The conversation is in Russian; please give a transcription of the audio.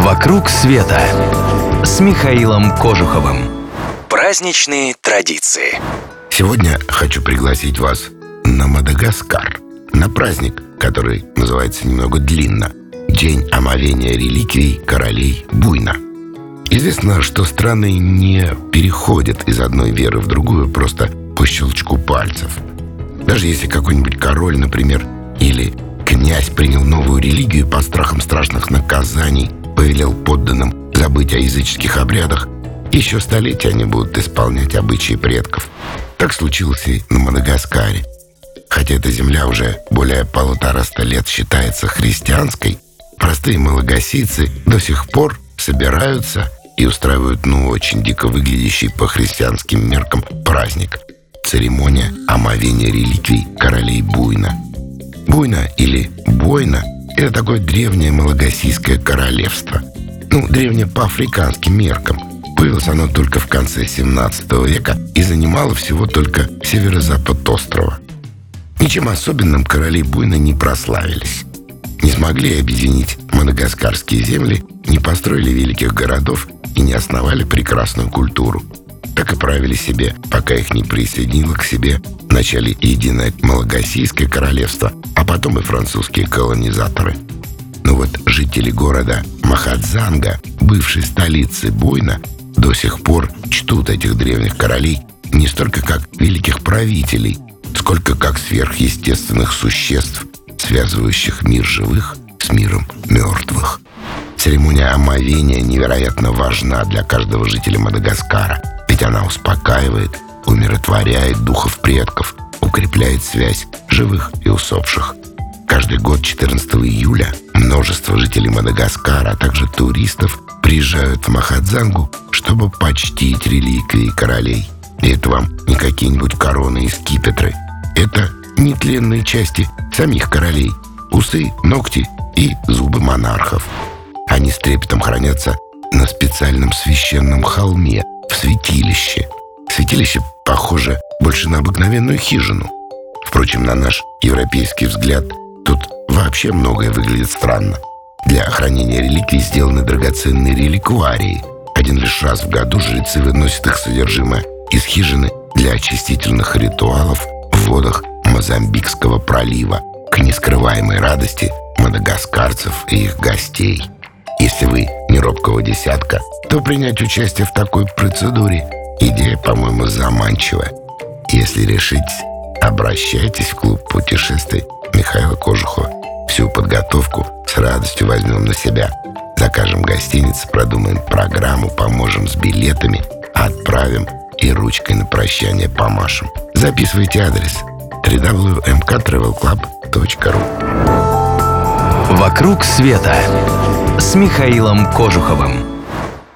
«Вокруг света» с Михаилом Кожуховым. Праздничные традиции. Сегодня хочу пригласить вас на Мадагаскар, на праздник, который называется немного длинно — День омовения реликвий королей Буйна. Известно, что страны не переходят из одной веры в другую просто по щелчку пальцев. Даже если какой-нибудь король, например, или князь принял новую религию под страхом страшных наказаний, повелел подданным забыть о языческих обрядах, еще столетия они будут исполнять обычаи предков. Так случилось и на Мадагаскаре. Хотя эта земля уже более 150 лет считается христианской, простые малагасийцы до сих пор собираются и устраивают очень дико выглядящий по христианским меркам праздник — церемония омовения реликвий королей Буйна. Буйна или Бойна — это такое древнее малагасийское королевство. Древнее по африканским меркам. Появилось оно только в конце 17 века и занимало всего только северо-запад острова. Ничем особенным короли Буйна не прославились. Не смогли объединить мадагаскарские земли, не построили великих городов и не основали прекрасную культуру. Так и правили себе, пока их не присоединило к себе вначале единое малагасийское королевство, а потом и французские колонизаторы. Жители города Махадзанга, бывшей столицы Буйна, до сих пор чтут этих древних королей не столько как великих правителей, сколько как сверхъестественных существ, связывающих мир живых с миром мертвых. Церемония омовения невероятно важна для каждого жителя Мадагаскара, ведь она успокаивает, умиротворяет духов предков, укрепляет связь живых и усопших. Каждый год 14 июля множество жителей Мадагаскара, а также туристов приезжают в Махадзангу, чтобы почтить реликвии королей. И это вам не какие-нибудь короны и скипетры. Это нетленные части самих королей: усы, ногти и зубы монархов. Они с трепетом хранятся на специальном священном холме в святилище. Святилище похоже больше на обыкновенную хижину. Впрочем, на наш европейский взгляд, тут вообще многое выглядит странно. Для хранения реликвий сделаны драгоценные реликварии. Один лишь раз в году жрецы выносят их содержимое из хижины для очистительных ритуалов в водах Мозамбикского пролива, к нескрываемой радости мадагаскарцев и их гостей. Если вы не робкого десятка, то принять участие в такой процедуре — идея, по-моему, заманчивая. Если решитесь, обращайтесь в клуб путешествий Михаила Кожухова. Всю подготовку с радостью возьмем на себя. Закажем гостиницу, продумаем программу, поможем с билетами, отправим и ручкой на прощание помашем. Записывайте адрес: www.mktravelclub.ru. «Вокруг света» с Михаилом Кожуховым.